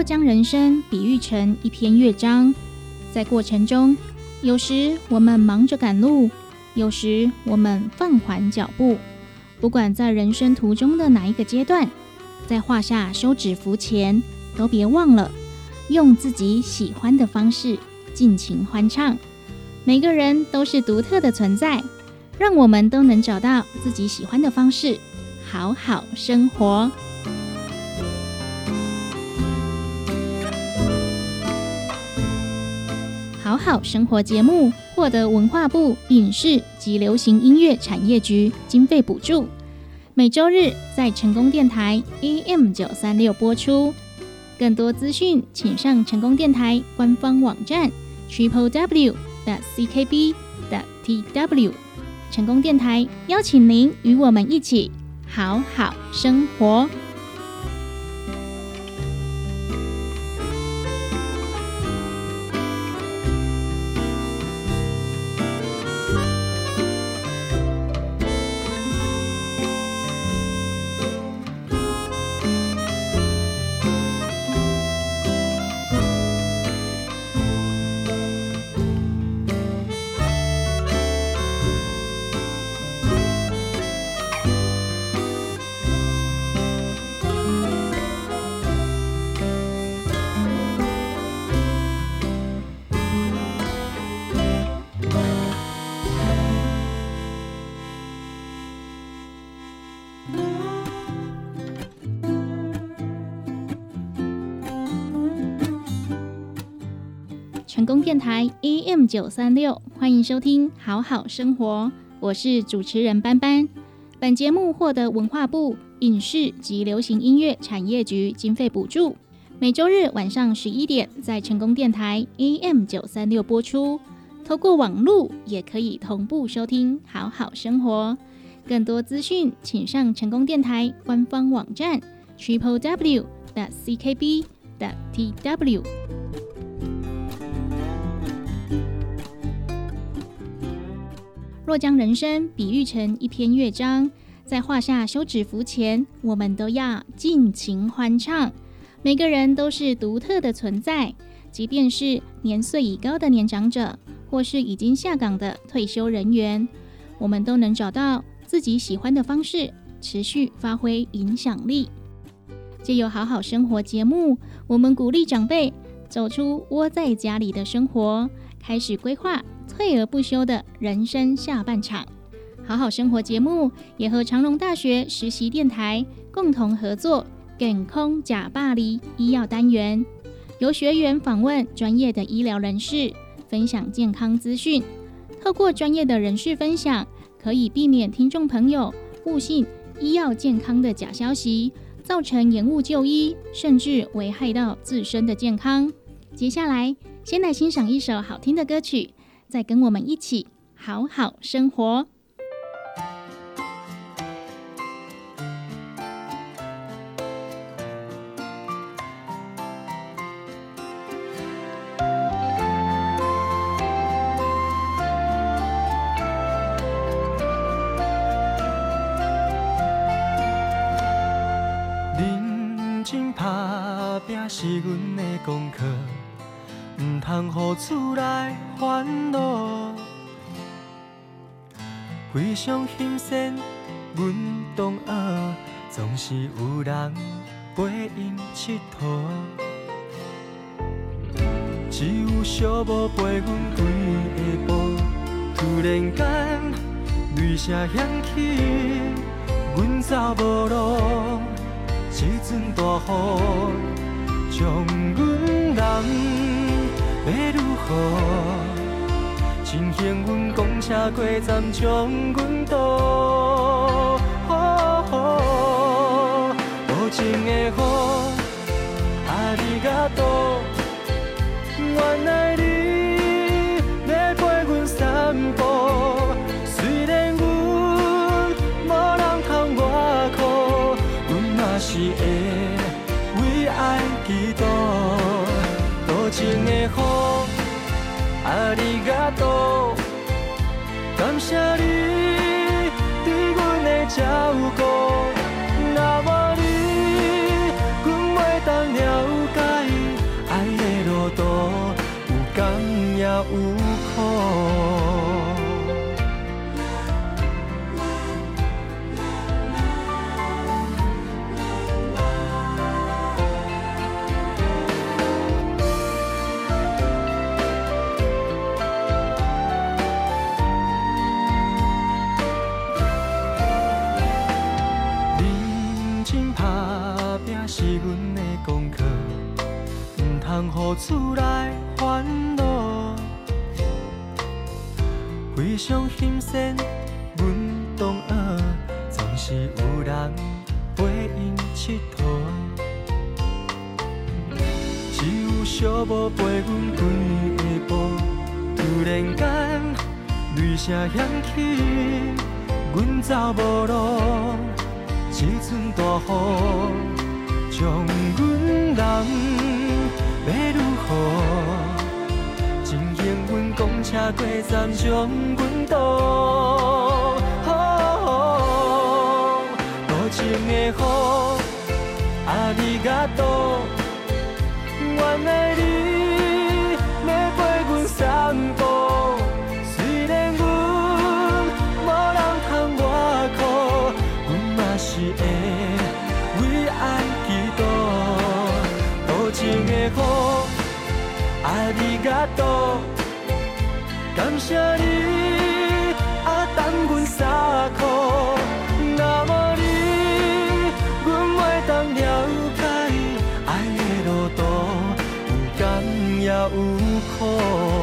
将人生比喻成一篇乐章，在过程中，有时我们忙着赶路，有时我们放缓脚步。不管在人生途中的哪一个阶段，在画下休止符前，都别忘了用自己喜欢的方式尽情欢唱。每个人都是独特的存在，让我们都能找到自己喜欢的方式，好好生活。好好生活节目获得文化部影视及流行音乐产业局经费补助，每周日在成功电台 AM936 播出。更多资讯请上成功电台官方网站 www.ckb.tw。 成功电台邀请您与我们一起好好生活。成功电台 AM936， 欢迎收听好好生活，我是主持人班班。本节目获得文化部影视及流行音乐产业局经费补助，每周日晚上11点在成功电台 AM936 播出。透过网路也可以同步收听好好生活。更多资讯请上成功电台官方网站 www.ckb.tw。若将人生比喻成一篇乐章，在画下休止符前，我们都要尽情欢唱。每个人都是独特的存在，即便是年岁已高的年长者，或是已经下岗的退休人员，我们都能找到自己喜欢的方式，持续发挥影响力。藉由好好生活节目，我们鼓励长辈走出窝在家里的生活，开始规划退而不休的人生下半场。好好生活节目也和长荣大学实习电台共同合作健康假巴黎医药单元，由学员访问专业的医疗人士，分享健康资讯。透过专业的人士分享，可以避免听众朋友误信医药健康的假消息，造成延误就医，甚至危害到自身的健康。接下来先来欣赏一首好听的歌曲，再跟我们一起好好生活。 认真打拼是阮的功课，不通予厝内烦恼。非常欣赏阮同学，总是有人陪因佚佗。只有小无陪阮几下步，突然间泪声响起，阮走无路。这阵大雨将阮人要如何？真幸运公车过站将阮倒。无情的雨，阿里嘎多，原来你要陪阮散步。虽然阮无人通我靠，阮嘛是会为爱祈祷。多情的雨，阿里嘎多，感谢你对阮的照顾。若无你，阮袂当了解有苦。是阮的功课，唔通予厝来烦恼。非常欣赏阮同学，总是有人陪因佚佗。只有小无陪阮几下晡，突然间雷声响起，阮走无路，一阵大雨。将阮人要如何？真幸运公车过站将阮倒。多情的雨，阿里嘎多，原来你要陪阮散步。虽然阮无人通我苦，阮嘛是会为爱。多情的雨，阿里嘎多，感谢你等阮三苦。那么你，阮会当了解爱的路途，有甘也有苦。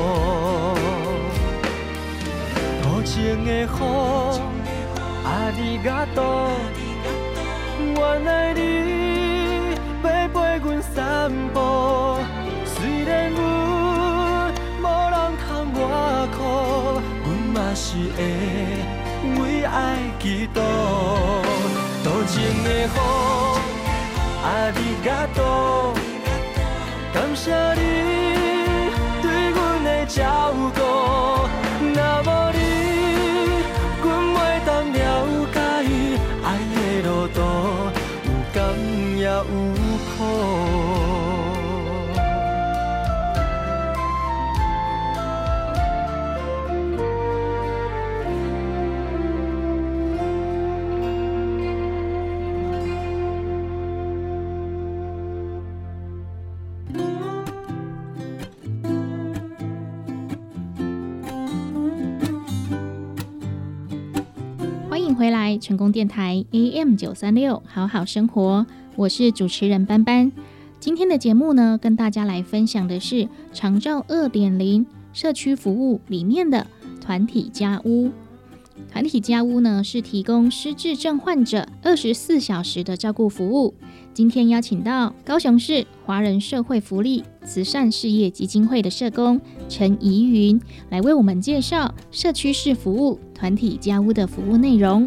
多情的雨，阿里嘎多，原来你。要陪阮散步，虽然阮无人通我苦，阮嘛是会为爱祈祷。多情的雨，阿里嘎多，感谢你对阮的照顾。那么你，阮会当了解爱的路途，有甘也有。 欢迎回来，成功电台 AM936，好好生活，我是主持人班班。今天的节目呢，跟大家来分享的是长照 2.0 社区服务里面的团体家屋。团体家屋呢，是提供失智症患者24小时的照顾服务。今天邀请到高雄市华人社会福利慈善事业基金会的社工陈怡云，来为我们介绍社区式服务团体家屋的服务内容。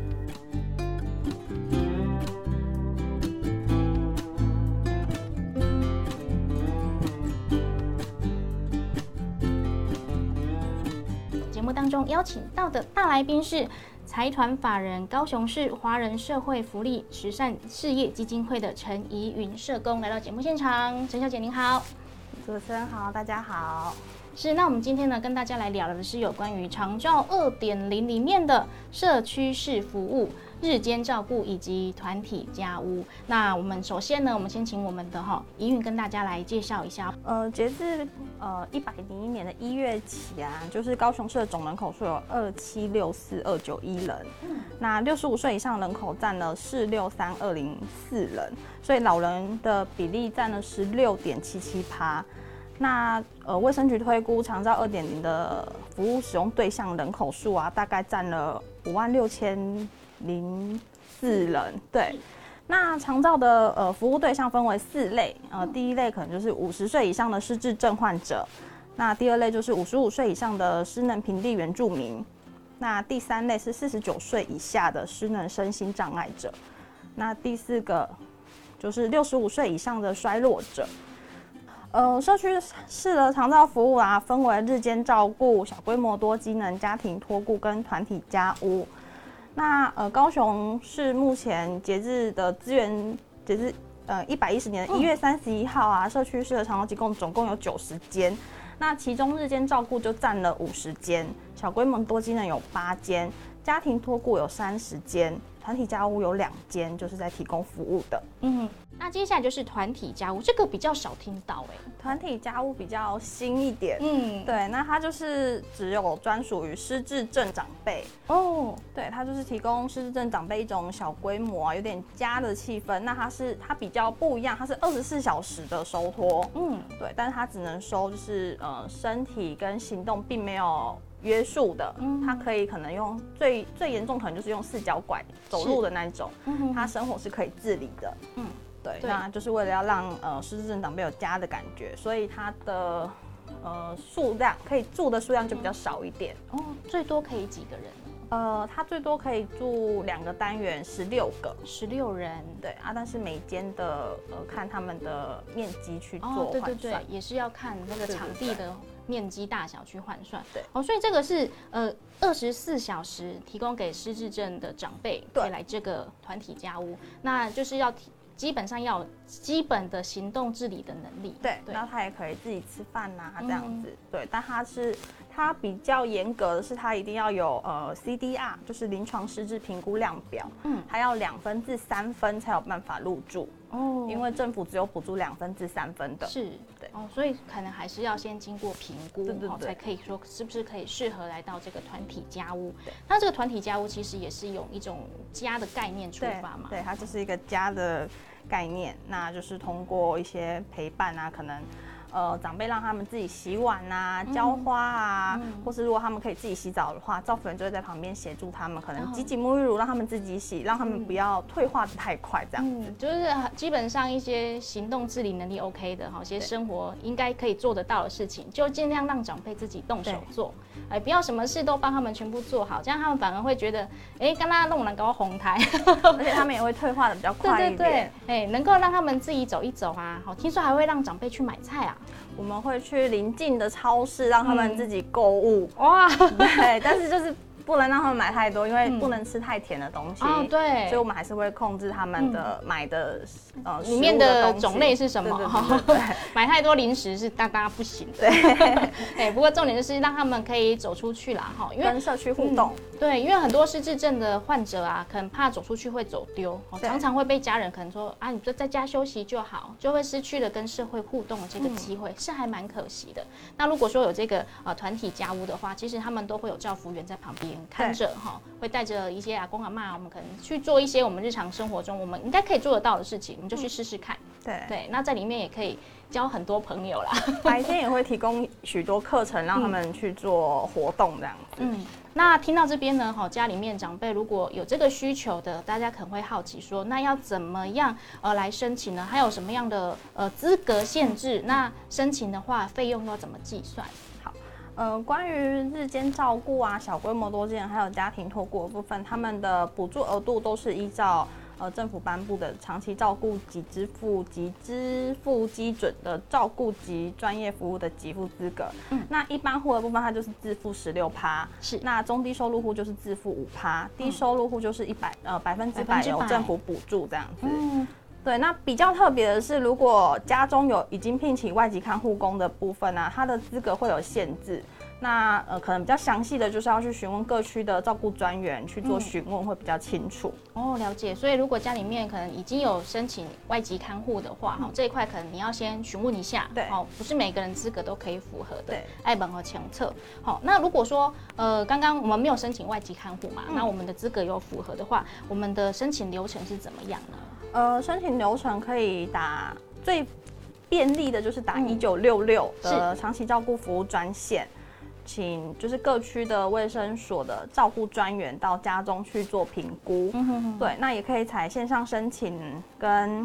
节目当中邀请到的大来宾是财团法人高雄市华人社会福利慈善事业基金会的陈怡云社工来到节目现场。陈小姐您好。 主持人好，大家好。 是，那我们今天呢，跟大家来聊的是有关于长照 2.0 里面的社区式服务、日间照顾以及团体家屋。那我们首先呢，我们先请我们的怡云跟大家来介绍一下。 截至101年的1月起啊，就是高雄市的总人口数有2764291人，那65岁以上人口占了463,204人，所以老人的比例占了16.77%。那卫生局推估长照 2.0 的服务使用对象人口数啊，大概占了56004人。对，那长照的服务对象分为4类，第一类可能就是50岁以上的失智症患者，那第二类就是55岁以上的失能平地原住民，那第3类是49岁以下的失能身心障碍者，那第4个就是65岁以上的衰弱者。社区式的长照服务啊，分为日间照顾、小规模多机能家庭托顾跟团体家屋。那高雄市目前截至的资源，截至110年的1月31号啊，社区式的长照机构总共有90间。 那其中日间照顾就占了50间，小规模多机能有8间，家庭托顾有30间，团体家屋有2间，就是在提供服务的。 那接下来就是团体家屋，这个比较少听到团体家屋比较新一点，对，那它就是只有专属于失智症长辈哦，对，它就是提供失智症长辈一种小规模啊，有点家的气氛。那它比较不一样，它是24小时的收托，对，但是它只能收就是身体跟行动并没有约束的，它可以可能用最严重可能就是用4脚拐走路的那一种，它生活是可以自理的，对，那就是为了要让失智症长辈有家的感觉，所以它的数量可以住的数量就比较少一点。 最多可以几个人呢？ 它最多可以住2个单元，16个 ，16人。 对啊，但是每间的看他们的面积去做换算， 对，也是要看那个场地的面积大小去换算。 对， 所以这个是24小时提供给失智症的长辈可以来这个团体家屋，那就是要基本上要有基本的行动自理的能力。 对，然后他也可以自己吃饭呐，这样子。对，但他比较严格的是，他一定要有CDR， 就是临床失智评估量表，还要2分至3分才有办法入住。因为政府只有补助2分至3分的。 是，对，所以可能还是要先经过评估，才可以说是不是可以适合来到这个团体家屋。那这个团体家屋其实也是用一种家的概念出发嘛？ 对，它就是一个家的概念，那就是通过一些陪伴啊，可能长辈让他们自己洗碗啊、浇花啊，或是如果他们可以自己洗澡的话，照服员就会在旁边协助他们，可能挤沐浴乳让他们自己洗，让他们不要退化的太快，这样子。 就是基本上一些行动自理能力 OK 的一些生活应该可以做得到的事情，就尽量让长辈自己动手做，不要什么事都帮他们全部做好，这样他们反而会觉得，刚刚弄人给我哄抬， 而且他们也会退化的比较快一点。 对，能够让他们自己走一走啊，听说还会让长辈去买菜啊。 我们会去邻近的超市让他们自己购物，哇，对，但是就是不能让他们买太多，因为不能吃太甜的东西。 对， 所以我们还是会控制他们的买的里面的种类是什么。 对， 买太多零食是大家不行的。对，不过重点就是让他们可以走出去啦，因为跟社区互动。 对，因为很多失智症的患者啊，可能怕走出去会走丢，常常会被家人可能说啊，你就在家休息就好，就会失去了跟社会互动的这个机会，是还蛮可惜的。那如果说有这个团体家屋的话，其实他们都会有照服员在旁边看着会带着一些阿公阿嬷，我们可能去做一些我们日常生活中我们应该可以做得到的事情，我们就去试试看。对，那在里面也可以交很多朋友啦。 白天也会提供许多课程让他们去做活动这样子。 那听到这边呢，家里面长辈如果有这个需求的，大家可能会好奇说，那要怎么样来申请呢？还有什么样的资格限制？那申请的话，费用要怎么计算？ 关于日间照顾啊、小规模多间还有家庭托顾的部分，他们的补助额度都是依照政府颁布的长期照顾及支付基准的照顾及专业服务的给付资格。那一般户的部分，它就是自付16%，是。那中低收入户就是自付5%，低收入户就是100%由政府补助这样子。对，那比较特别的是，如果家中有已经聘请外籍看护工的部分啊，它的资格会有限制。那可能比较详细的就是要去询问各区的照顾专员去做询问，会比较清楚。 了解。所以如果家里面可能已经有申请外籍看护的话，这一块可能你要先询问一下，对，不是每个人资格都可以符合的，对，爱本和前测。那如果说刚刚我们没有申请外籍看护嘛，那我们的资格有符合的话，我们的申请流程是怎么样呢？ 申请流程可以打最便利的就是打1966的长期照顾服务专线。请就是各区的卫生所的照顾专员到家中去做评估，对，那也可以采线上申请跟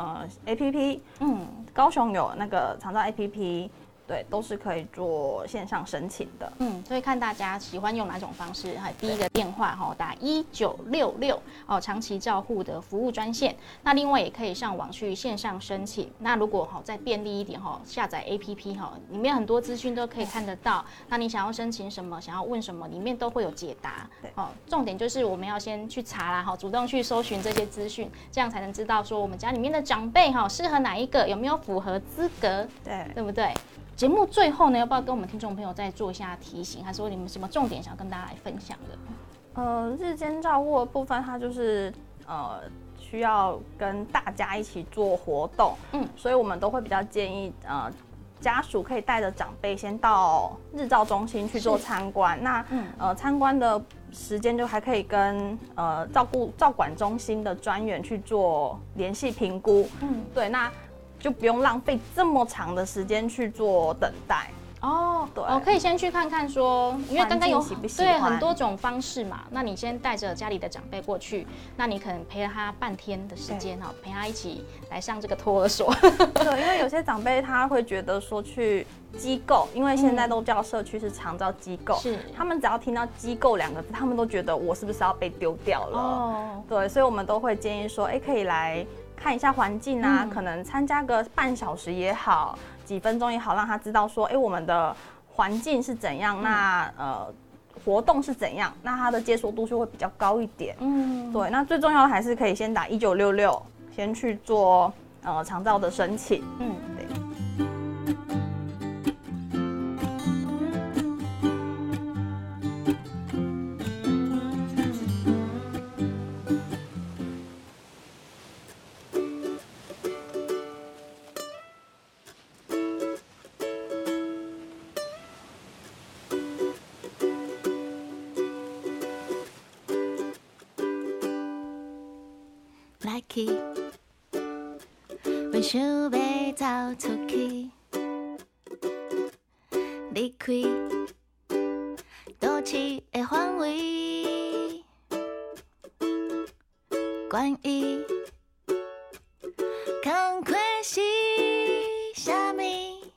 APP，高雄有那个长照 APP。对，都是可以做线上申请的。 所以看大家喜欢用哪种方式。第一个电话打1966长期照护的服务专线。那另外也可以上网去线上申请。那如果再便利一点下载 APP 里面很多资讯都可以看得到。那你想要申请什么，想要问什么，里面都会有解答。重点就是我们要先去查啦，主动去搜寻这些资讯，这样才能知道说我们家里面的长辈适合哪一个，有没有符合资格，对不对？ 节目最后呢，要不要跟我们听众朋友再做一下提醒，还是说你们什么重点想跟大家来分享的？ 日间照顾的部分，它就是需要跟大家一起做活动，所以我们都会比较建议家属可以带着长辈先到日照中心去做参观。那参观的时间就还可以跟照管中心的专员去做联系评估。对，那就不用浪费这么长的时间去做等待。对， 可以先去看看说，因为刚刚有对很多种方式嘛。那你先带着家里的长辈过去，那你可能陪他半天的时间哈，陪他一起来上这个托儿所。 对，因为有些长辈他会觉得说去机构，因为现在都叫社区是长照机构，他们只要听到机构2个字，他们都觉得我是不是要被丢掉了？对，所以我们都会建议说，可以来看一下环境啊，可能参加个半小时也好，几分钟也好，让他知道说，我们的环境是怎样，那活动是怎样，那他的接受度就会比较高一点。对，那最重要的还是可以先打1966，先去做长照的申请。对。 阮想要走出去，离开都市的范围，关于工课是啥物，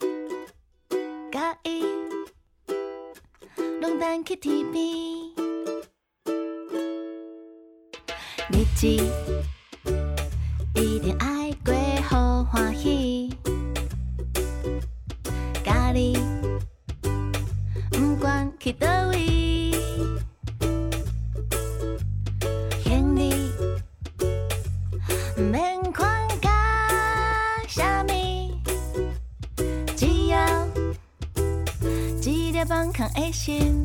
介意拢等去天边，日子一定爱过好欢喜，家己不管去倒位，行李不免看甲啥物，只要一粒放空的心，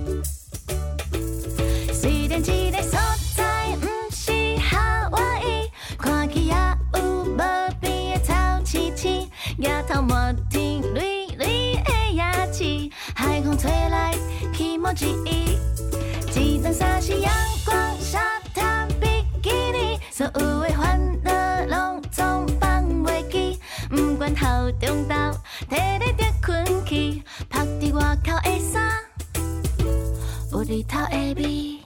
虽然这个所在不是夏威夷，看起也有无边的草青青，野头满天绿绿的野刺，海风吹来起毛之意，一阵洒是阳光沙滩比基尼，所有的烦恼拢总放袂记，不管头中昼，摕咧着困去，晒伫外口的衫，有日头的味。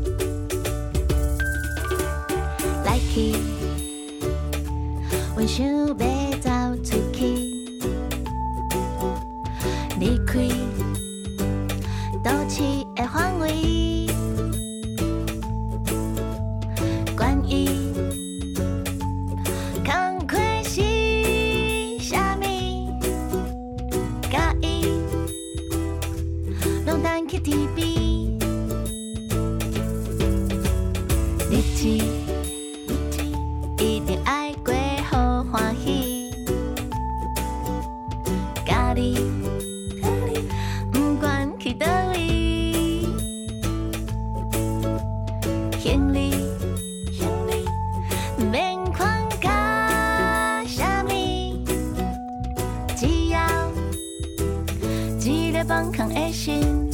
来去，阮想要走出去，离开都市的范围，关于工课是啥物，介意拢等去天边，日子一定爱过好欢喜，家己不管去倒位，行李不免看甲啥物，只要一粒放空的心，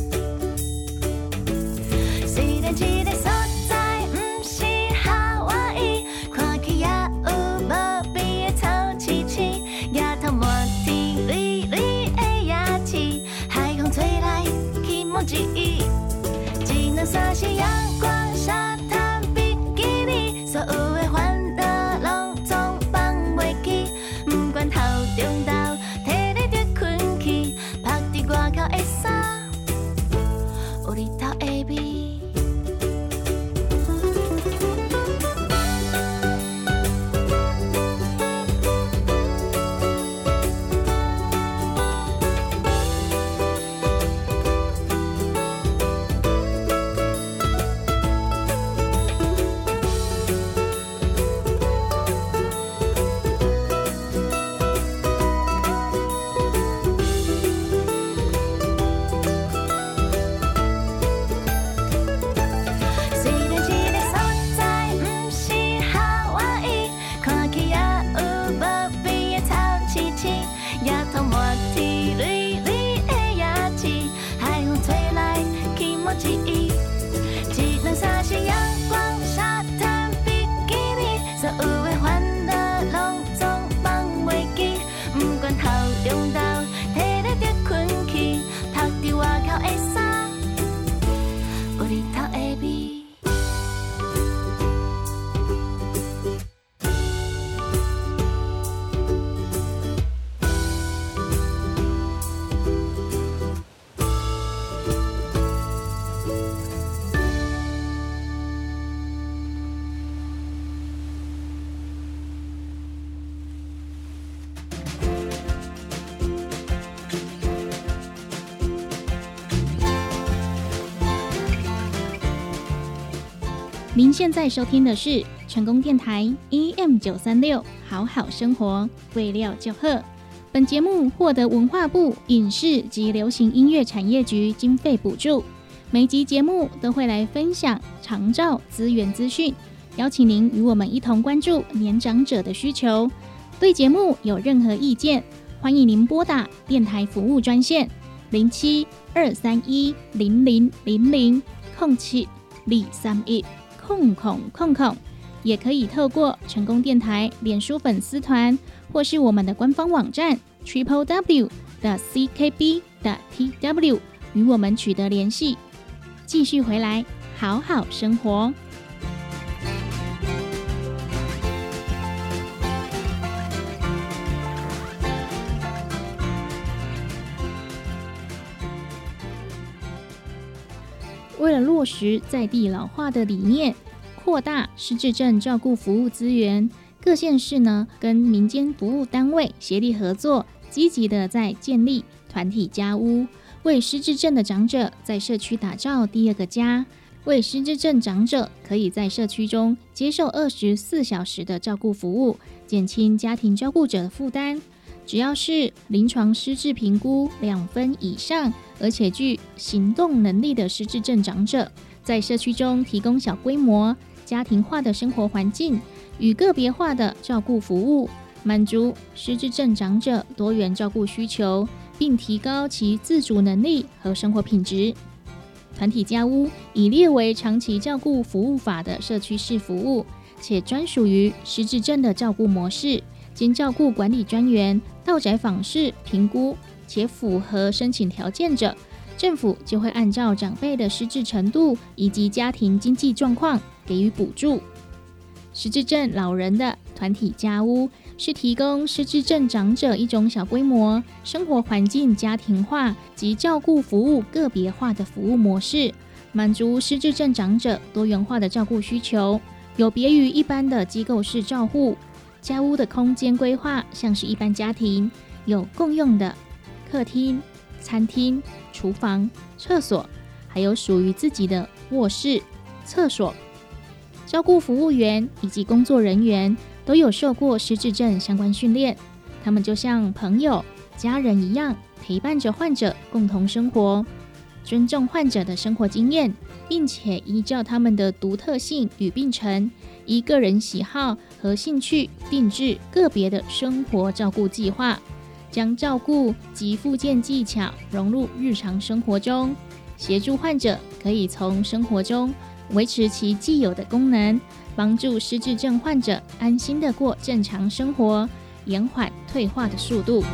虽然这个所在不是夏威夷，看起也有无边的草青青，野头满天绿绿的野刺，海风吹来起毛之意，只能算是阳光沙滩比基尼，所有的烦恼拢总放袂记，不管头中昼，摕咧着困去，晒伫外口的衫，有日头的味。 记忆。一两三是阳光沙滩比基尼，所有的烦恼拢总放袂记。不管头中昼，体力得困去，晒伫外口的衫，有日头的味。 您现在收听的是成功电台 EM936好好生活，为料就好。本节目获得文化部影视及流行音乐产业局经费补助。每集节目都会来分享长照资源资讯，邀请您与我们一同关注年长者的需求。对节目有任何意见，欢迎您拨打电台服务专线07-231-0000-07-231-0000，也可以透过成功电台脸书粉丝团或是我们的官方网站 www.ckb.tw 与我们取得联系。继续回来，好好生活。为了落实在地老化的理念，扩大失智症照顾服务资源，各县市呢跟民间服务单位协力合作，积极的在建立团体家屋，为失智症的长者在社区打造第二个家，为失智症长者可以在社区中接受24小时的照顾服务，减轻家庭照顾者的负担。只要是临床失智评估2分以上，而且具行动能力的失智症长者，在社区中提供小规模、家庭化的生活环境与个别化的照顾服务，满足失智症长者多元照顾需求，并提高其自主能力和生活品质。团体家屋已列为长期照顾服务法的社区式服务，且专属于失智症的照顾模式。经照顾管理专员到宅访视评估且符合申请条件者，政府就会按照长辈的失智程度以及家庭经济状况给予补助。失智症老人的团体家屋是提供失智症长者一种小规模、生活环境家庭化及照顾服务个别化的服务模式，满足失智症长者多元化的照顾需求，有别于一般的机构式照护。家屋的空间规划像是一般家庭，有共用的客厅、餐厅、厨房、厕所，还有属于自己的卧室、厕所。照顾服务员以及工作人员都有受过失智症相关训练，他们就像朋友、家人一样，陪伴着患者共同生活，尊重患者的生活经验，并且依照他们的独特性与病程，依个人喜好和兴趣定制个别的生活照顾计划，将照顾及复健技巧融入日常生活中，协助患者可以从生活中维持其既有的功能，帮助失智症患者安心地过正常生活，延缓退化的速度。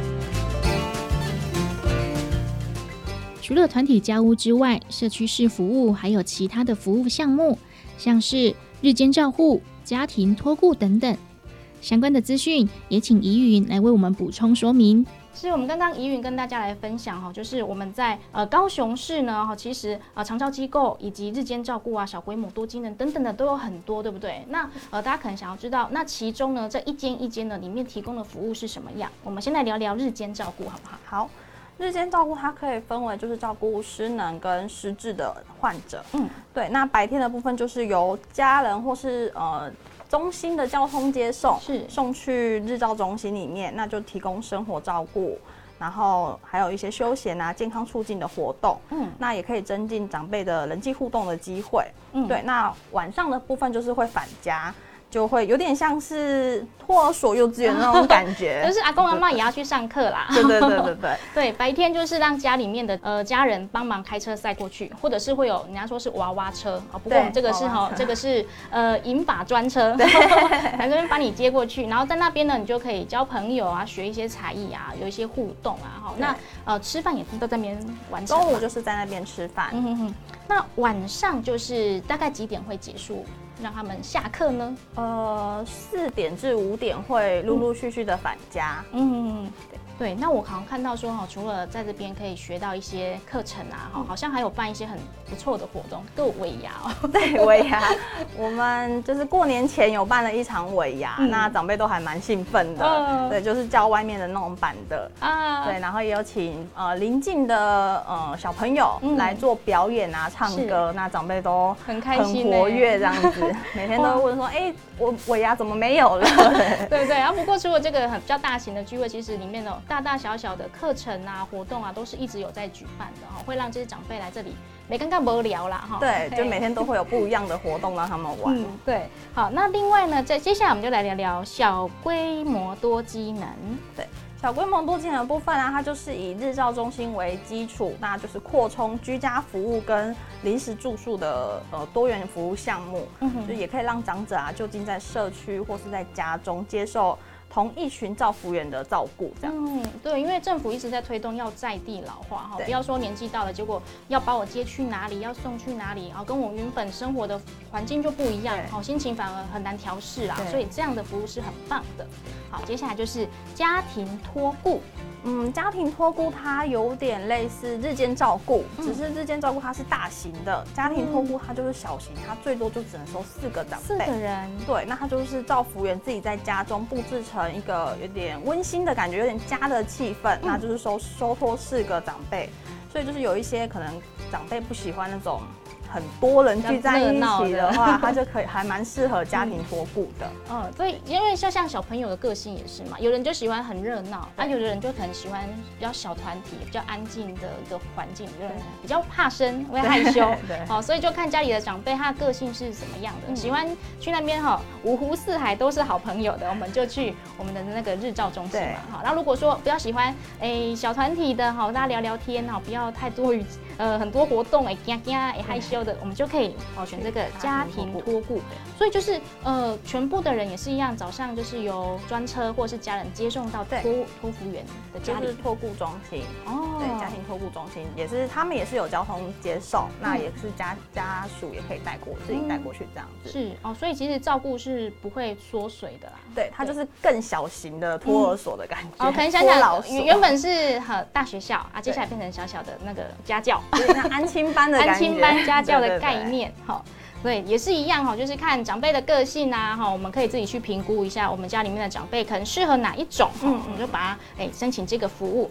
除了团体家屋之外，社区式服务还有其他的服务项目，像是日间照护、家庭托顾等等。相关的资讯也请怡云来为我们补充说明。 是我们刚刚怡云跟大家来分享哈，就是我们在高雄市呢，其实长照机构以及日间照顾啊、小规模多机能等等的都有很多，对不对？那大家可能想要知道，那其中呢这一间一间的里面提供的服务是什么样？我们先来聊聊日间照顾好不好？ 好。日间照顾它可以分为就是照顾失能跟失智的患者，对。那白天的部分就是由家人或是中心的交通接送，送去日照中心里面，那就提供生活照顾，然后还有一些休闲啊、健康促进的活动，那也可以增进长辈的人际互动的机会，对。那晚上的部分就是会返家。 就会有点像是托儿所、幼稚园那种感觉， 就是阿公阿嬷也要去上课啦。 对， 对，白天就是让家里面的家人帮忙开车载过去，或者是会有人家说是娃娃车啊，不过我们这个是这个是银发专车，来这边把你接过去，然后在那边呢，你就可以交朋友啊，学一些才艺啊，有一些互动啊。好，那吃饭也是都在那边完成。 中午就是在那边吃饭。 那晚上就是大概几点会结束？让他们下课呢 ？4点至5点会陆陆续续的返家。 对，那我好像看到说除了在这边可以学到一些课程啊，好像还有办一些很不错的活动，都有尾牙哦。 对，尾牙，我们就是过年前有办了一场尾牙，那长辈都还蛮兴奋的。对，就是叫外面的那种版的啊，对，然后也有请邻近的小朋友来做表演啊，唱歌，那长辈都很开心， 很活跃这样子，每天都会问说，我尾牙怎么没有了？ 对不对？然后不过除了这个比较大型的聚会，其实里面的大大小小的课程啊、活动啊，都是一直有在举办的会让这些长辈来这里没刚刚无聊啦对，就每天都会有不一样的活动让他们玩。 对，好，那另外呢，接下来我们就来聊聊小规模多机能。 对。小规模多机能的部分啊，它就是以日照中心为基础，那就是扩充居家服务跟临时住宿的多元服务项目，就也可以让长者啊就近在社区或是在家中接受同一群照服员的照顾，这样。 对，因为政府一直在推动要在地老化不要说年纪到了，结果要把我接去哪里，要送去哪里，跟我原本生活的环境就不一样，心情反而很难调适啦。所以这样的服务是很棒的。好，接下来就是家庭托顾。 家庭托顾它有点类似日间照顾，只是日间照顾它是大型的，家庭托顾它就是小型，它最多就只能收4个长辈。 4个人。 对，那它就是照服员自己在家中布置成一个有点温馨的感觉，有点家的气氛，那就是收托4个长辈，所以就是有一些可能长辈不喜欢那种很多人聚在一起的话，它就可以还蛮适合家庭托顾的。 对，因为像小朋友的个性也是嘛，有人就喜欢很热闹，有的人就可能喜欢比较小团体、比较安静的一个环境，有人比较怕生，会害羞。所以就看家里的长辈他的个性是什么样的，喜欢去那边五湖四海都是好朋友的，我们就去我们的那个日照中心嘛。那如果说比较喜欢小团体的大家聊聊天不要太多于很多活动惊害羞的，我们就可以选这个家庭托顾。所以就是全部的人也是一样，早上就是由专车或是家人接送到托服员的家里， 就是托顾中心。对，家庭托顾中心也是他们也是有交通接送，那也是家属也可以自己带过去这样子。 是所以其实照顾是不会缩水的啦。 对，它就是更小型的托儿所的感觉。 可能想想原本是大学校接下来变成小小的那个家教， 有点像安亲班的感觉， 安亲班家教的概念。对，也是一样就是看长辈的个性啊我们可以自己去评估一下我们家里面的长辈可能适合哪一种我们就把它申请这个服务。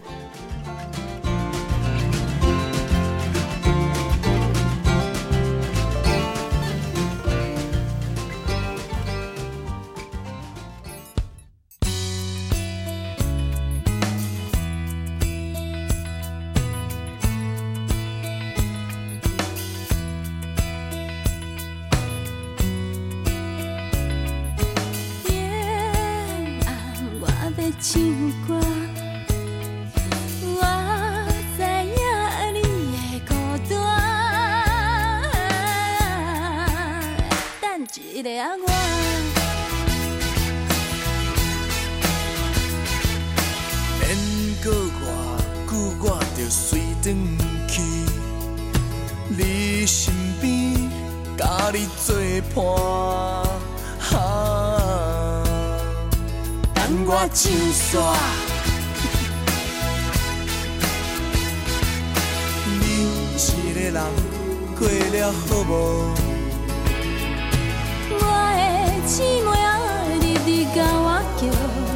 唱歌，我知影你的孤单，等一个我， 免搁偌久，我就随转去你身边，甲你作伴。等我唱煞，你一个人过了好无？ 我的姊妹日日甲我叫，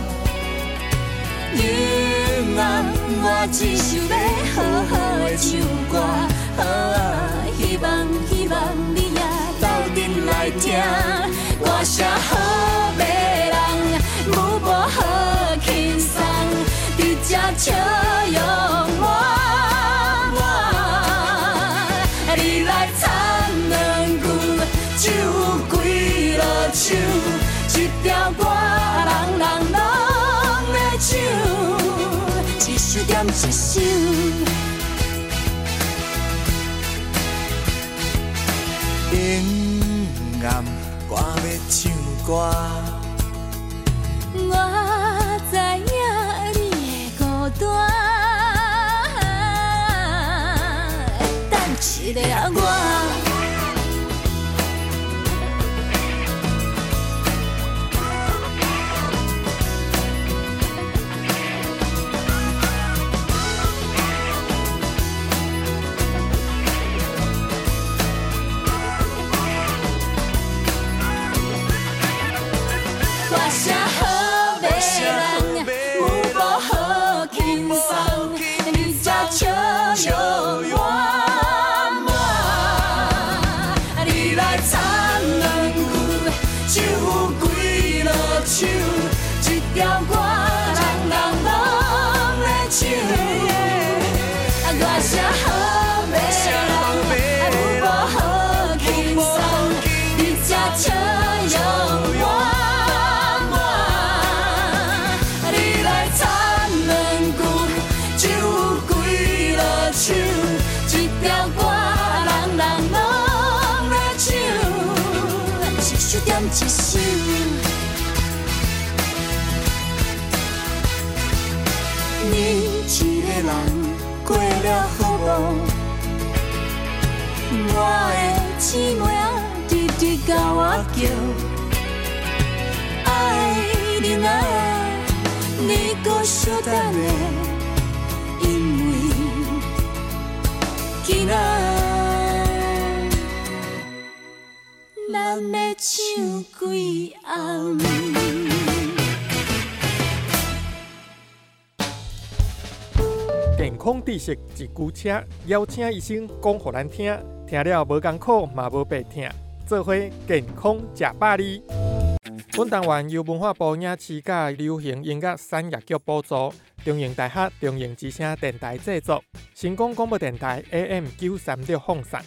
今晚我只想要好好的唱歌，希望你也斗阵来听，我声好迷人。舞步好轻松，伫这笑容你来唱两句，唱几落唱。 阴暗，我要唱歌。 我知影你的孤单，等一个我。一首，你一个人过了好无？我的姊妹啊，直直甲我叫，爱人啊，你搁小等下，因为今仔咱要唱几暗。 健康知识一句车，邀请医生讲予咱听，听了无艰苦，嘛无白听，做伙健康吃百里。本单元由文化部影视甲流行音乐产业局补助，中营大学中营之声电台制作，成功广播电台 AM 936放送。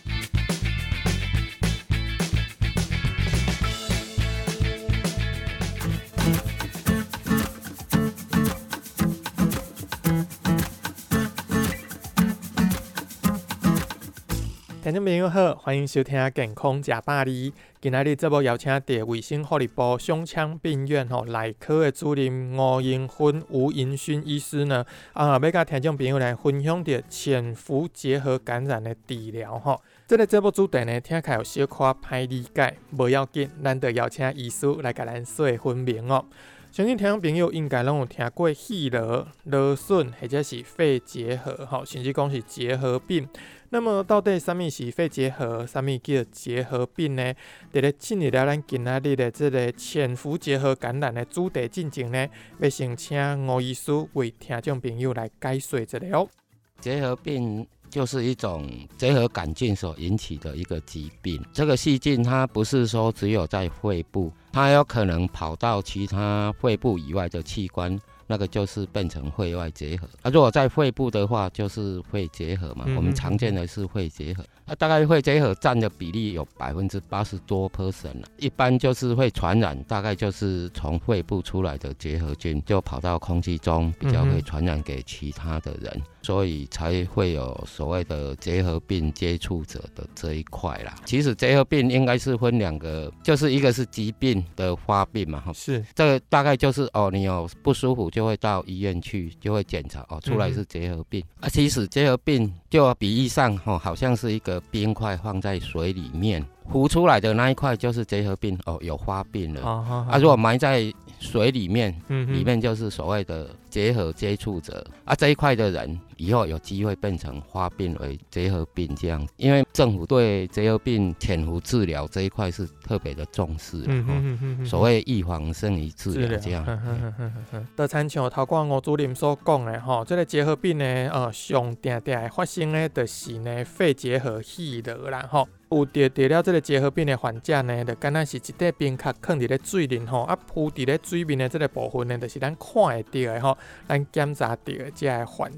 听众朋友好，欢迎收听《健康吃百里》。今仔日节目邀请到卫生福利部胸腔病院内科的主任吴银勋医师呢，要甲听众朋友来分享着潜伏结核感染的治疗吼。这个节目主题呢，听起来有小可歹理解，无要紧，咱就邀请医师来甲咱说分明哦。相信听众朋友应该拢有听过肺疨、疨损或者是肺结核，甚至讲是结核病。那么到底什么是肺结核，什么叫结核病呢？在咧进入了咱今仔日的这个潜伏结核感染的主题进前呢，要先请吴医师为听众朋友来解说一下哦。 结核病就是一种结核杆菌所引起的一个疾病。这个细菌它不是说只有在肺部，它有可能跑到其他肺部以外的器官，那个就是变成肺外结核。如果在肺部的话，就是肺结核嘛。我们常见的是肺结核。大概肺结核占的比例有80%多%了。一般就是会传染，大概就是从肺部出来的结核菌就跑到空气中，比较会传染给其他的人，所以才会有所谓的结核病接触者的这一块啦。其实结核病应该是分两个，就是一个是疾病的发病嘛， 是这个大概就是你有不舒服就会到医院去，就会检查出来是结核病。其实结核病就比喻上好像是一个冰块放在水里面，浮出来的那一块就是结核病有发病了。如果埋在水里面，里面就是所谓的结核接触者这一块的人以后有机会变成发病为结核病这样。因为政府对结核病潜伏治疗这一块是特别的重视所谓预防胜于治疗这样。 就亲像头先吴主任所讲的这个结核病呢，上定会发生的就是呢肺结核肺疨啦有得了这个结核病的患者呢，就敢若是一块冰壳放伫咧水里铺伫咧水面的这个部分呢，就是咱看会到的咱检查到的这个患者，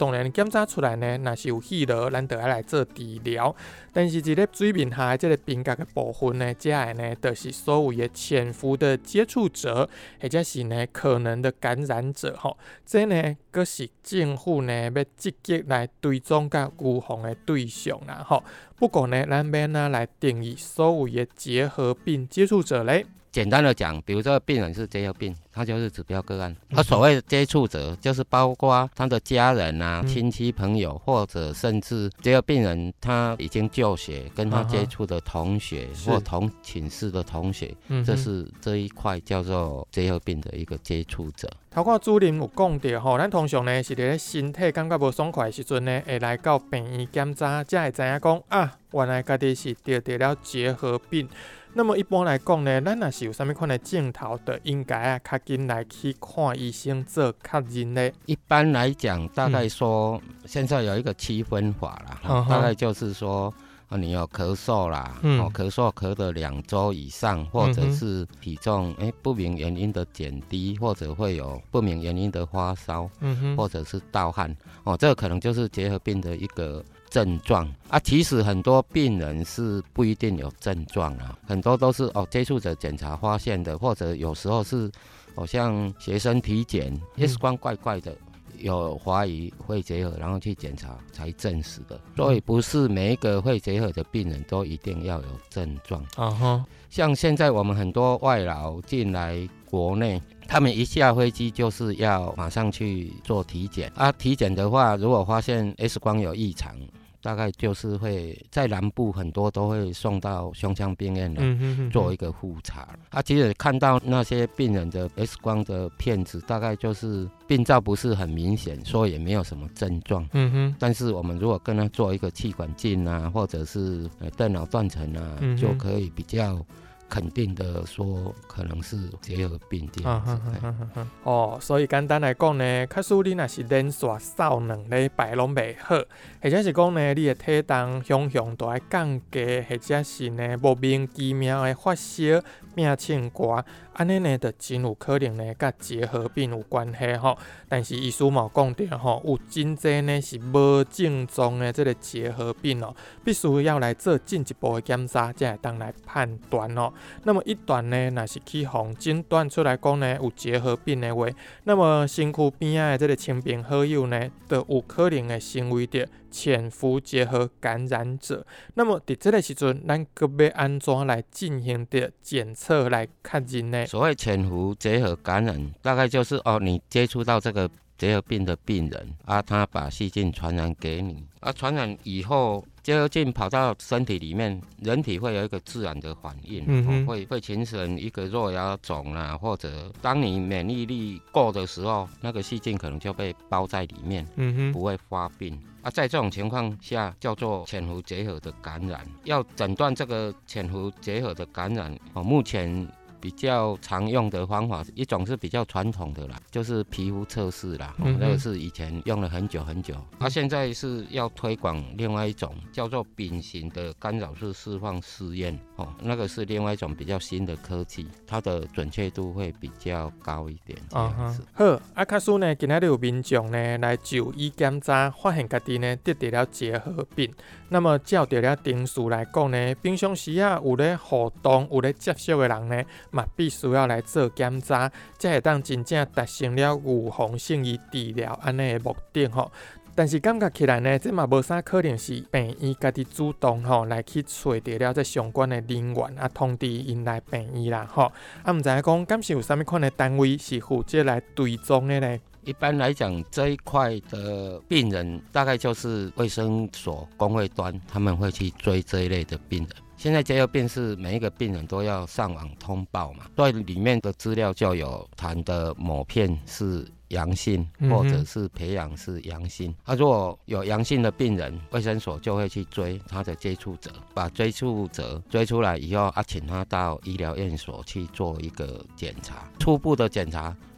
当然检查出来呢，若是有血了，咱就要来做治疗。但是这个水面下的这个冰角的部分呢，这个呢，就是所有的潜伏的接触者，或者是呢可能的感染者吼。这呢，阁是政府呢要积极来追踪甲预防的对象啦吼。不过呢，咱要哪来定义所有的结核病接触者嘞？ 简单的讲，比如这个病人是结核病，他就是指标个案。所谓的接触者，就是包括他的家人啊、亲戚朋友，或者甚至结核病人他已经就学，跟他接触的同学或同寝室的同学，这一块叫做结核病的一个接触者。 头壳主任有讲到吼，咱通常呢是咧身体感觉无爽快的时阵呢，会来到病院检查，才会知影讲啊，原来家己是得了结核病。那么一般来讲呢，咱若是有啥物款的症头，就应该较紧来去看医生做确认呢。 一般来讲，大概说现在有一个区分法啦，大概就是说。你有咳嗽啦，咳嗽咳了2周以上，或者是体重不明原因的减低，或者会有不明原因的发烧，或者是盗汗，这个可能就是结核病的一个症状啊。其实很多病人是不一定有症状啊，很多都是接触者检查发现的，或者有时候是像学生体检，X 光怪怪的。有怀疑肺结核，然后去检查才证实的，所以不是每一个肺结核的病人都一定要有症状。像现在我们很多外劳进来国内，他们一下飞机就是要马上去做体检啊。体检的话，如果发现 X 光有异常，大概就是会在南部很多都会送到胸腔病院来做一个复查。其实看到那些病人的 X 光的片子，大概就是病灶不是很明显，所以也没有什么症状。但是我们如果跟他做一个气管镜啊，或者是电脑断层啊，就可以比较肯定的说可能是结核病这样子。 所以简单来讲呢，假使你若是连续扫2礼拜拢袂好，或者是讲呢，你的体重向都爱降低，或者是呢莫名其妙的发烧、病情高，安尼呢就真有可能呢甲结核病有关系吼。但是医师嘛讲到吼，有真侪呢是无症状的这个结核病必须要来做进一步的检查，才会当来判断哦。那么一旦呢，若是去互诊断出来讲呢有结核病的话，那么身躯边仔的这个亲朋好友呢，就有可能会成为着潜伏结核感染者。那么在这个时阵，咱阁要安怎来进行的检测来确认呢？ 所谓潜伏结核感染，大概就是你接触到这个结核病的病人他把细菌传染给你传染以后，结核菌跑到身体里面，人体会有一个自然的反应，会形成一个肉芽肿啊，或者当你免疫力够的时候，那个细菌可能就被包在里面，不会发病。在这种情况下叫做潜伏结核的感染。要诊断这个潜伏结核的感染，目前比较常用的方法，一种是比较传统的啦，就是皮肤测试啦，那个是以前用了很久很久。现在是要推广另外一种叫做丙型的干扰素释放试验，那个是另外一种比较新的科技，它的准确度会比较高一点。这样子。 好，假使呢，今仔日有民众呢来就医检查，发现家己呢得了结核病，那么照着了定数来讲呢，平常时有咧互动、有咧接触的人呢，嘛必须要来做检查，才会当真正达成了预防胜于治疗安尼的目的吼。但是感觉起来呢，这嘛无啥可能是病院家己主动来去找到了这相关的人员通知因来病院啦吼。唔知影讲，敢是有啥物款的单位是负责来追踪的呢？ 一般来讲，这一块的病人大概就是卫生所工会端，他们会去追这一类的病人。现在结核病是每一个病人都要上网通报嘛，所以里面的资料就有痰的抹片是阳性，或者是培养是阳性。如果有阳性的病人，卫生所就会去追他的接触者，把接触者追出来以后请他到医疗院所去做一个检查，初步的检查。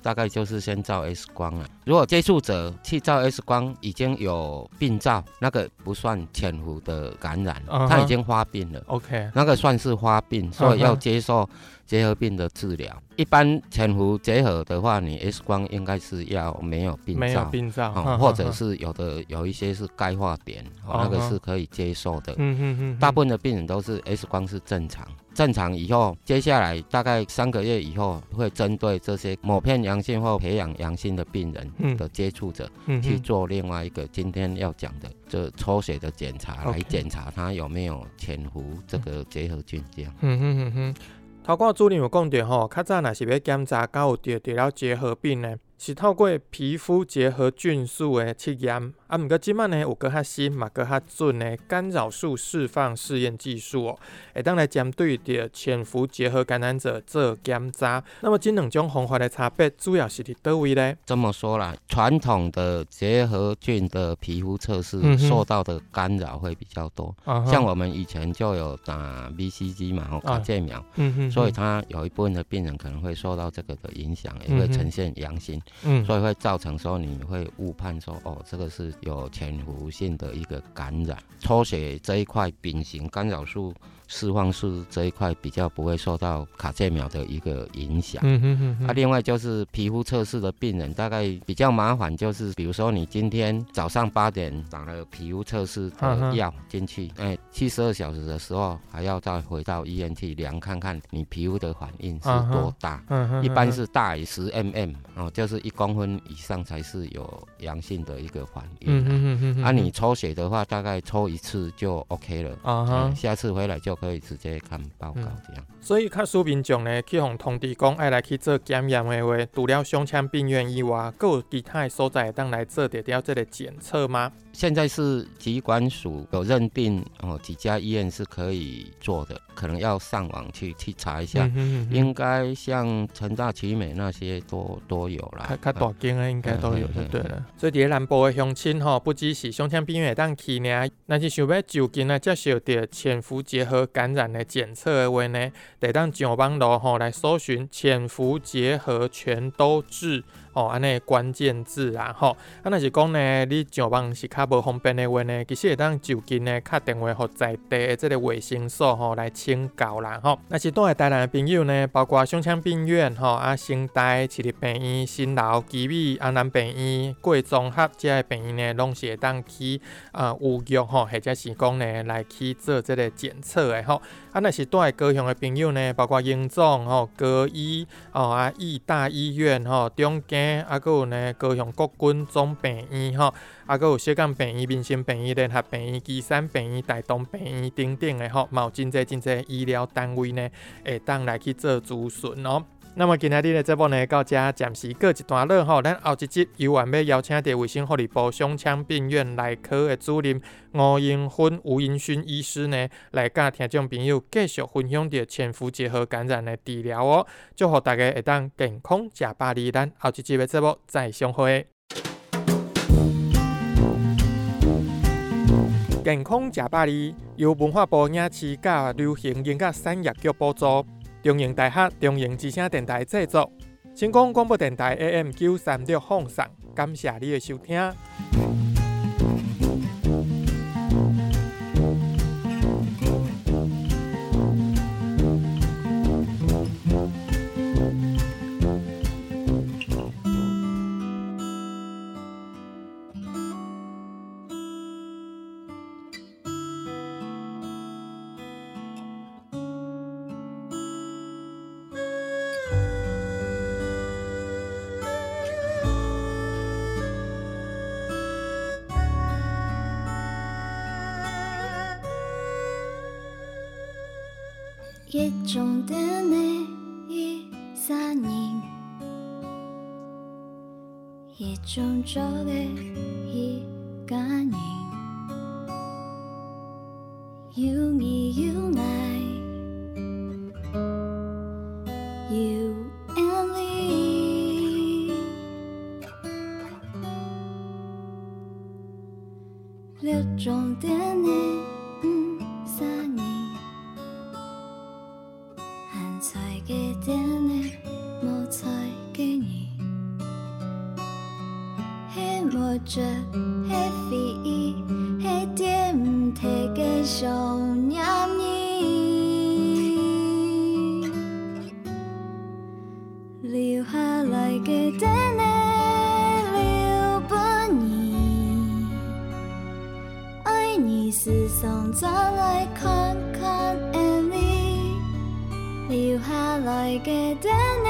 大概就是先照 X 光了。如果接触者去照 X 光已经有病灶，那个不算潜伏的感染，它已经发病了。 OK， 那个算是发病，所以要接受结核病的治疗。一般潜伏结核的话，你 X 光应该是要没有病灶， 没有病灶， 或者是有一些是钙化点，那个是可以接受的。大部分的病人都是 X 光是正常。正常以后，接下来大概3个月以后，会针对这些抹片阳性或培养阳性的病人的接触者，去做另外一个今天要讲的，就抽血的检查，来检查他有没有潜伏这个结核菌这样。 头个主任有讲到吼，较早若是要检查敢有得了结核病呢，是透过皮肤结核菌素的测验，毋过即摆呢有搁较新嘛搁较准的干扰素释放试验技术哦，会当来针对着潜伏结核感染者做检查。那么这两种方法的差别主要是伫倒位呢？ 这么说啦，传统的结核菌的皮肤测试受到的干扰会比较多，像我们以前就有打 BCG 嘛，卡介苗，所以他有一部分的病人可能会受到这个的影响，也会呈现阳性。所以会造成说你会误判说这个是有潜伏性的一个感染。抽血这一块丙型干扰素释放素这一块比较不会受到卡介苗的一个影响。另外就是皮肤测试的病人大概比较麻烦，就是比如说你今天早上8点打了皮肤测试的药进去，72小时的时候还要再回到医院去量看看你皮肤的反应是多大。一般是大于10 mm 就是1公分以上才是有阳性的一个反应。你抽血的话，大概抽1次就 OK 了，下次回来就可以直接看报告这样。 所以，较市民众呢，去互通知讲爱来去做检验的话，除了胸腔病院以外，还有其他的所在会当来做得了这个检测吗？ 现在是疾管署有认定几家医院是可以做的，可能要上网去查一下，应该像成大奇美那些都有啦， 较大间的应该都有就对了。所以伫南部的乡亲不只是胸腔病院会当去呢，若是想要就近来接受到潜伏结核感染的检测的话呢，得当上网络来搜寻潜伏结核全都治。安尼关键字啦若是讲呢，你上网是较无方便的话呢，其实会当就近呢打电话给在地的这个卫生所来请教啦若是住在台南的朋友呢，包括胸腔病院成大市立病院、新楼、基美、安南病院、贵综合这些病院呢，拢是会当去有约或者是讲呢来去做这个检测的若是住在高雄的朋友呢，包括荣总高医义大医院中间。还有呢，高雄国军总病院还有小港病院、民生病院、联合病院、基山病院、台东病院等等的嘛有真侪医疗单位呢，会当来去做咨询那么今天的节目呢，到这暂时告一段落咱后一集由原要邀请到卫生福利部胸腔病院内科的主任吴英勋医师呢，来甲听众朋友继续分享到潜伏结核感染的治疗祝福大家会当健康吃百里，咱后一集的节目再相会。健康吃百里由文化部影视甲流行音乐产业局补助。中营大学中营之声电台制作，成功广播电台 AM 936放送，感谢你的收听。 一种的你一三年，一种做的一家人，有你有爱，有 and me， 六种的你三年。才给点的，无才给你。 着迄飞，迄点摕个想念你，留下来的等的留本你，爱你时常再来看看的你，留下来的等的。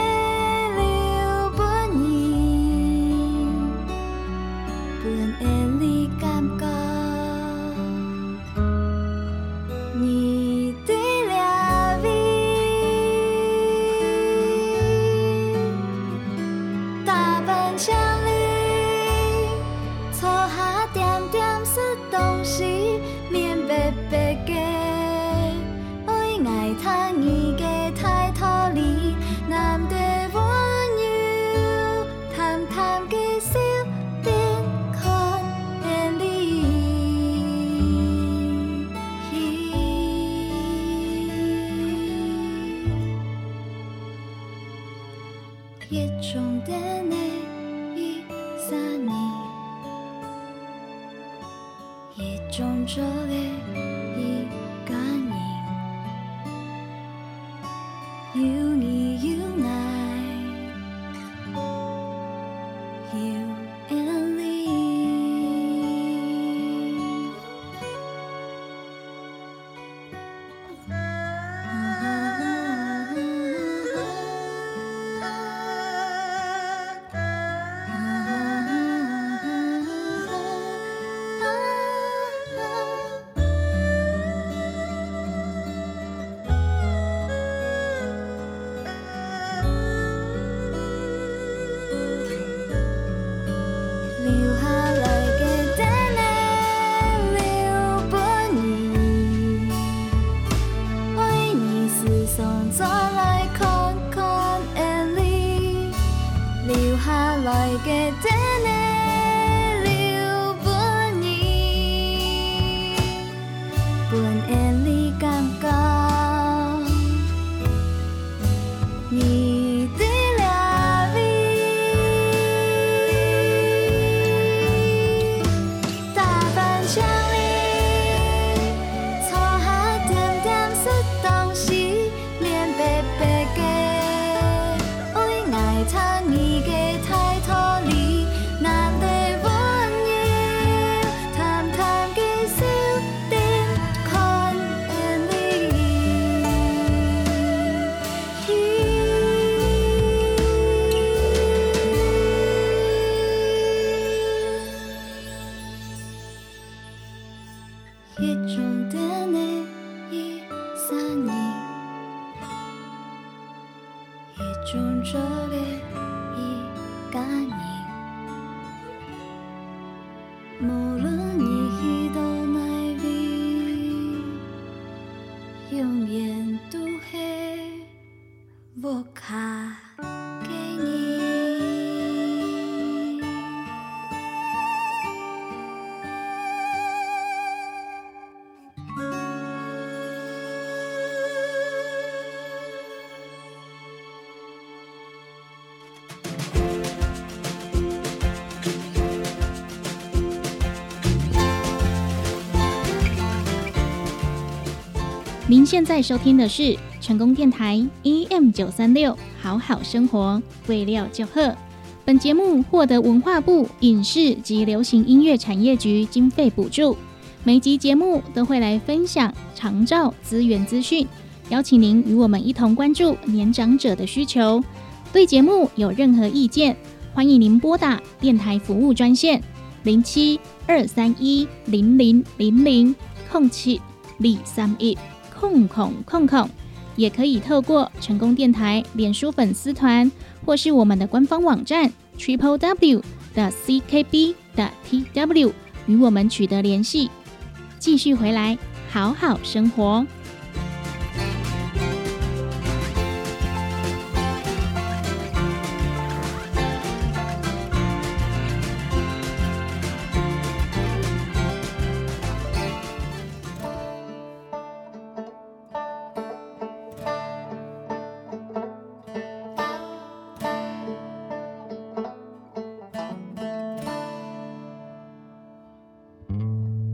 您现在收听的是成功电台 EM936 好好生活，贵料就好。本节目获得文化部影视及流行音乐产业局经费补助。每集节目都会来分享长照资源资讯，邀请您与我们一同关注年长者的需求。对节目有任何意见，欢迎您拨打电台服务专线07-231-0000-07-231-0000，也可以透过成功电台脸书粉丝团或是我们的官方网站 www.ckb.tw 与我们取得联系。继续回来，好好生活。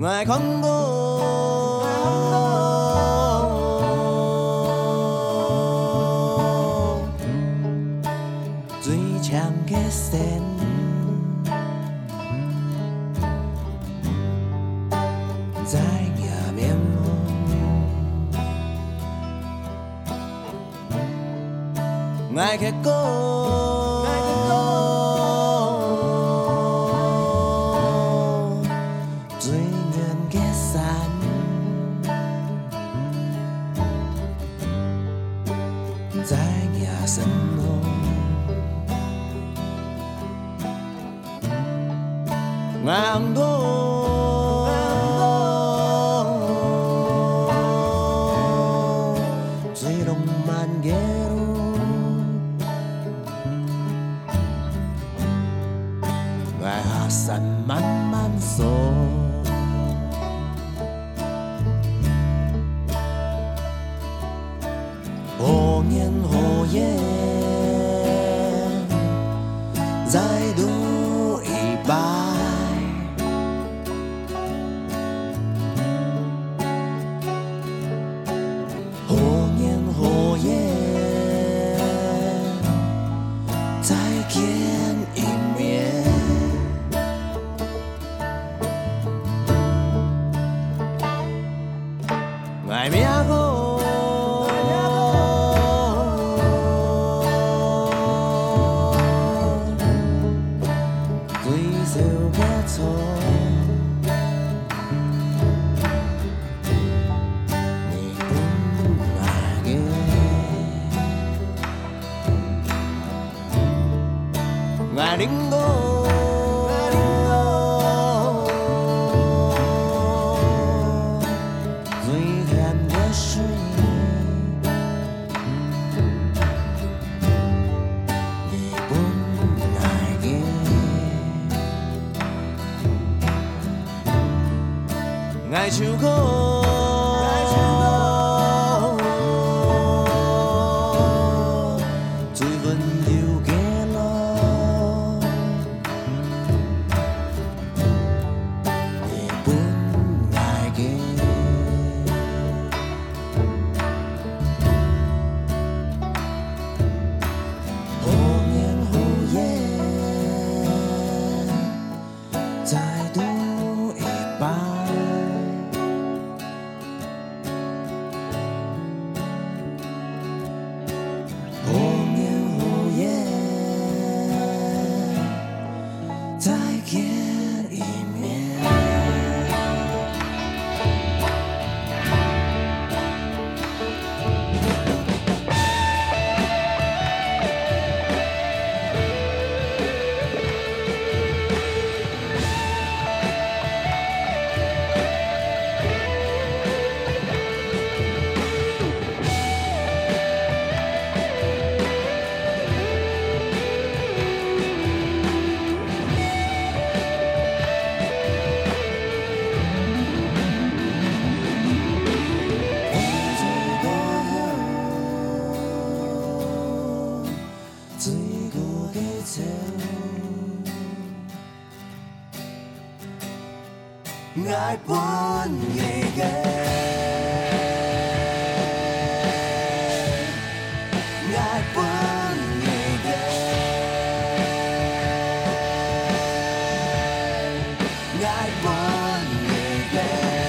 爱看我，水枪的线，在迎面风，爱结果，最远的山，在迎神路。昂多，最浪漫的路，爱下山慢慢走，何年何月，再度一拜。爱命我，最少的错，你不爱的，爱领导。爱唱歌，最温柔的路，你本爱的，何年何月，再度一拜。爱半夜嘅，爱半夜嘅，爱半夜嘅，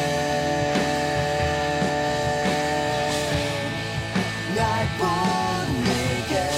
爱半夜嘅。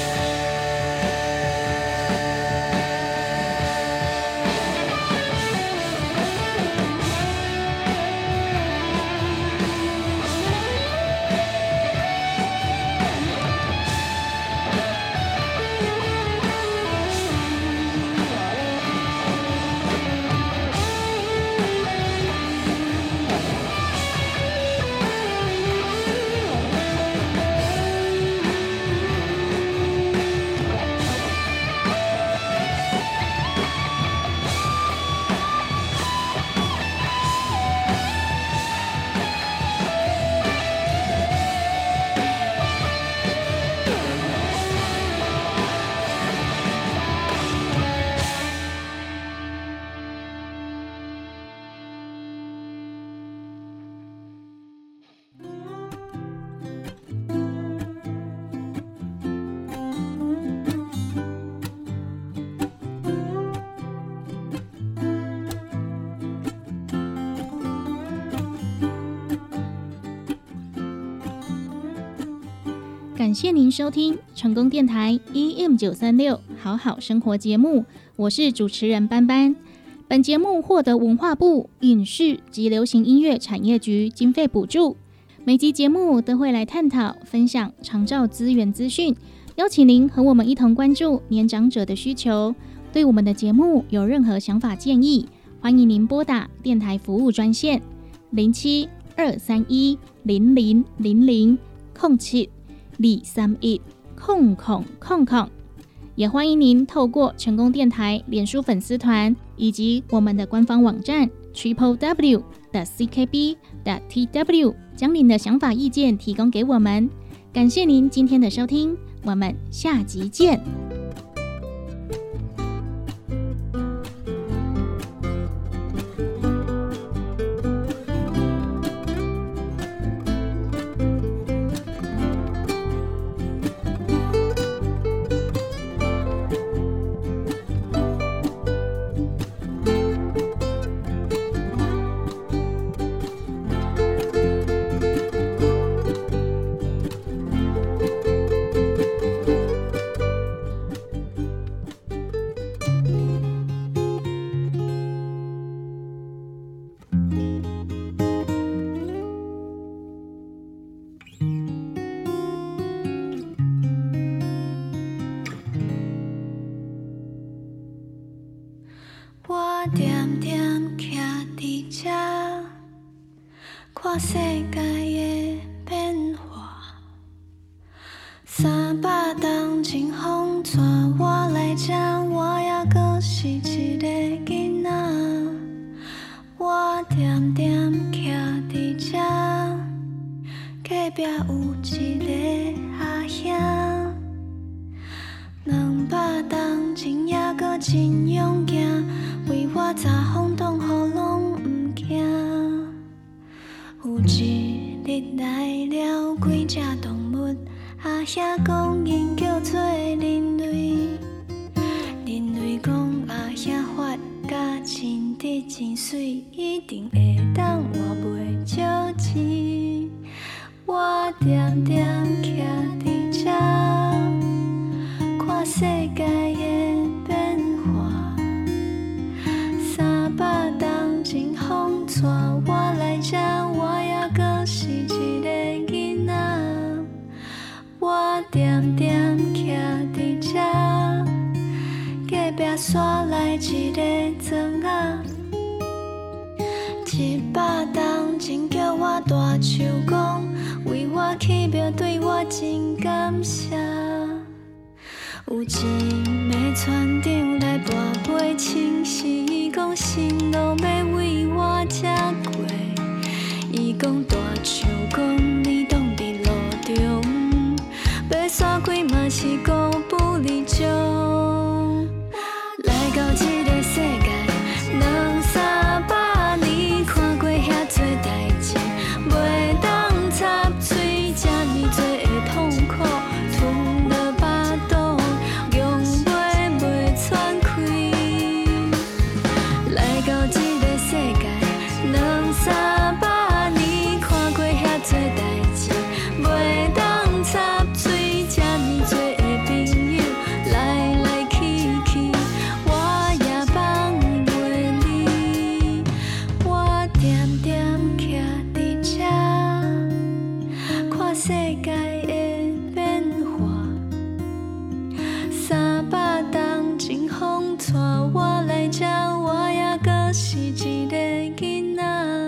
感谢您收听成功电台 EM936 好好生活节目，我是主持人班班。本节目获得文化部影视及流行音乐产业局经费补助，每集节目都会来探讨分享长照资源资讯，邀请您和我们一同关注年长者的需求。对我们的节目有任何想法建议，欢迎您拨打电台服务专线07-231-0000-07-231-0000，也欢迎您透过成功电台脸书粉丝团以及我们的官方网站 www.ckb.tw 将您的想法意见提供给我们。感谢您今天的收听，我们下集见。 我点点徛伫这，看世界的变化。300栋真风带我来这，我也搁是一个囡仔。我点点徛伫这，隔壁有一个阿兄。200栋真也搁真勇行。为我查风挡雨拢不惊，有一日来了几只动物，阿兄讲因叫做人类。人类讲阿兄发甲真直真水，一定会当换袂少钱。我点点徛伫这，看世界的变化。300栋真风带我来这，我也搁是一个囡仔。我点点徛伫这，隔壁山来一个庄仔。100栋真叫我大手讲，为我起庙对我真感谢。有一暝船长来跋杯请示，伊讲新路要为我吃过。伊讲大树讲你挡伫路中，要山开嘛是孤不离种。来到这个世界200-300年，看过遐多代志，袂当插嘴，这呢多的痛苦。300年，看过遐多代志，袂当插嘴，这呢多的朋友来来去去，我也放袂离。我点点徛伫这，看世界的变化。300栋真风带我来这，我也搁是一个囡仔。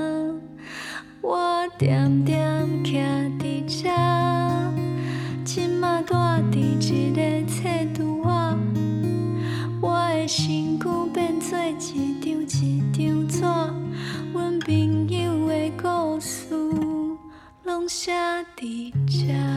我点点徛伫这，即马住伫一个册拄仔，我的身躯变做一张一张纸，阮朋友的故事拢写伫这。